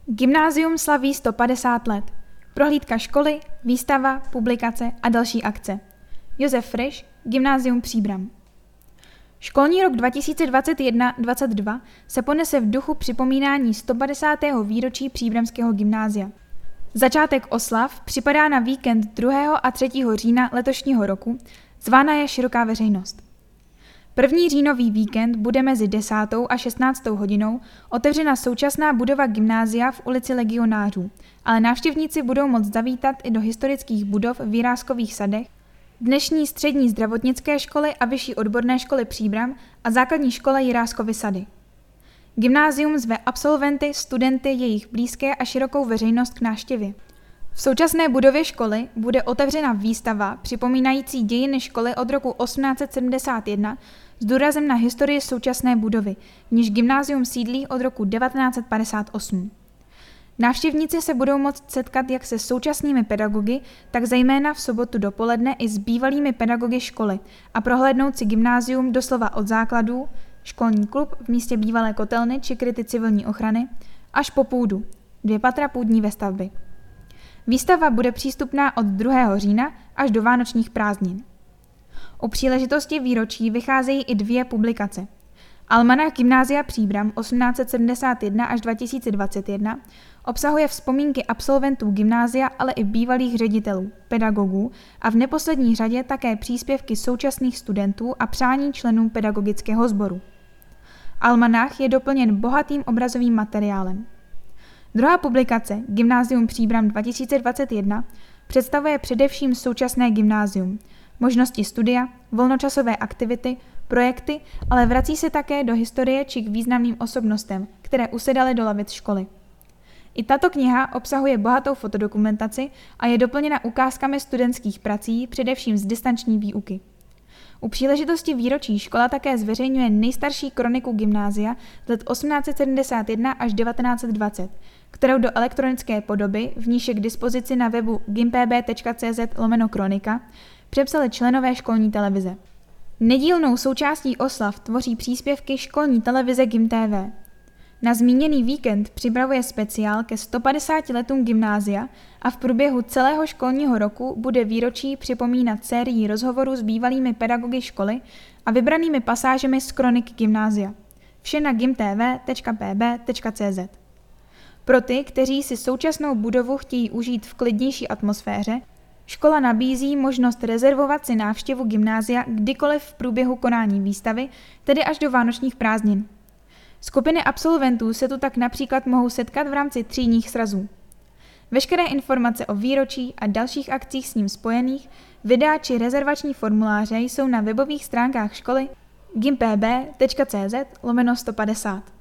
Gymnázium slaví 150 let. Prohlídka školy, výstava, publikace a další akce. Josef Friš, Gymnázium Příbram. Školní rok 2021-22 se ponese v duchu připomínání 150. výročí Příbramského gymnázia. Začátek oslav připadá na víkend 2. a 3. října letošního roku, zvána je široká veřejnost. První říjnový víkend bude mezi 10. a 16. hodinou otevřena současná budova gymnázia v ulici Legionářů, ale návštěvníci budou moct zavítat i do historických budov v Jiráskových sadech, dnešní střední zdravotnické školy a vyšší odborné školy Příbram a základní školy Jiráskovy sady. Gymnázium zve absolventy, studenty, jejich blízké a širokou veřejnost k návštěvě. V současné budově školy bude otevřena výstava připomínající dějiny školy od roku 1871 s důrazem na historii současné budovy, v níž gymnázium sídlí od roku 1958. Návštěvníci se budou moct setkat jak se současnými pedagogy, tak zejména v sobotu dopoledne i s bývalými pedagogy školy a prohlédnout si gymnázium doslova od základů, školní klub v místě bývalé kotelny či kryty civilní ochrany, až po půdu, 2 patra půdní vestavby. Výstava bude přístupná od 2. října až do vánočních prázdnin. U příležitosti výročí vycházejí i 2 publikace. Almanach Gymnázia Příbram 1871 až 2021 obsahuje vzpomínky absolventů gymnázia, ale i bývalých ředitelů, pedagogů a v neposlední řadě také příspěvky současných studentů a přání členů pedagogického sboru. Almanach je doplněn bohatým obrazovým materiálem. Druhá publikace, Gymnázium Příbram 2021, představuje především současné gymnázium, možnosti studia, volnočasové aktivity, projekty, ale vrací se také do historie či k významným osobnostem, které usedaly do lavic školy. I tato kniha obsahuje bohatou fotodokumentaci a je doplněna ukázkami studentských prací, především z distanční výuky. U příležitosti výročí škola také zveřejňuje nejstarší kroniku gymnázia z let 1871 až 1920, kterou do elektronické podoby, v níž je k dispozici na webu gympb.cz/kronika, přepsali členové školní televize. Nedílnou součástí oslav tvoří příspěvky školní televize GymTV. Na zmíněný víkend připravuje speciál ke 150 letům gymnázia a v průběhu celého školního roku bude výročí připomínat sérií rozhovorů s bývalými pedagogy školy a vybranými pasážemi z kroniky gymnázia. Vše na gymptv.pb.cz. Pro ty, kteří si současnou budovu chtějí užít v klidnější atmosféře, škola nabízí možnost rezervovat si návštěvu gymnázia kdykoliv v průběhu konání výstavy, tedy až do vánočních prázdnin. Skupiny absolventů se tu tak například mohou setkat v rámci třídních srazů. Veškeré informace o výročí a dalších akcích s ním spojených, videa či rezervační formuláře jsou na webových stránkách školy gympb.cz/150.